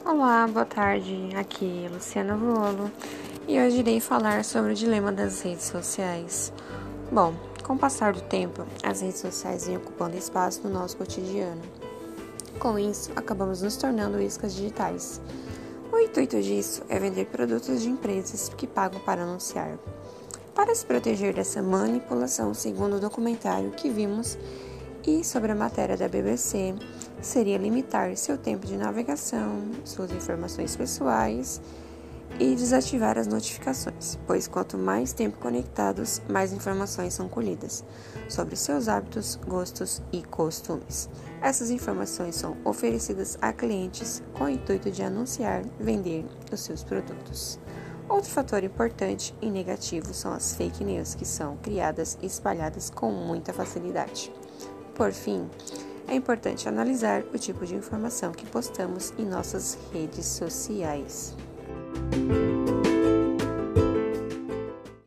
Olá, boa tarde. Aqui é Luciana Vuolo e hoje irei falar sobre o dilema das redes sociais. Bom, com o passar do tempo, as redes sociais vêm ocupando espaço no nosso cotidiano. Com isso, acabamos nos tornando iscas digitais. O intuito disso é vender produtos de empresas que pagam para anunciar. Para se proteger dessa manipulação, segundo o documentário que vimos e sobre a matéria da BBC, seria limitar seu tempo de navegação, suas informações pessoais e desativar as notificações, pois quanto mais tempo conectados, mais informações são colhidas sobre seus hábitos, gostos e costumes. Essas informações são oferecidas a clientes com o intuito de anunciar, vender os seus produtos. Outro fator importante e negativo são as fake news, que são criadas e espalhadas com muita facilidade. Por fim, é importante analisar o tipo de informação que postamos em nossas redes sociais.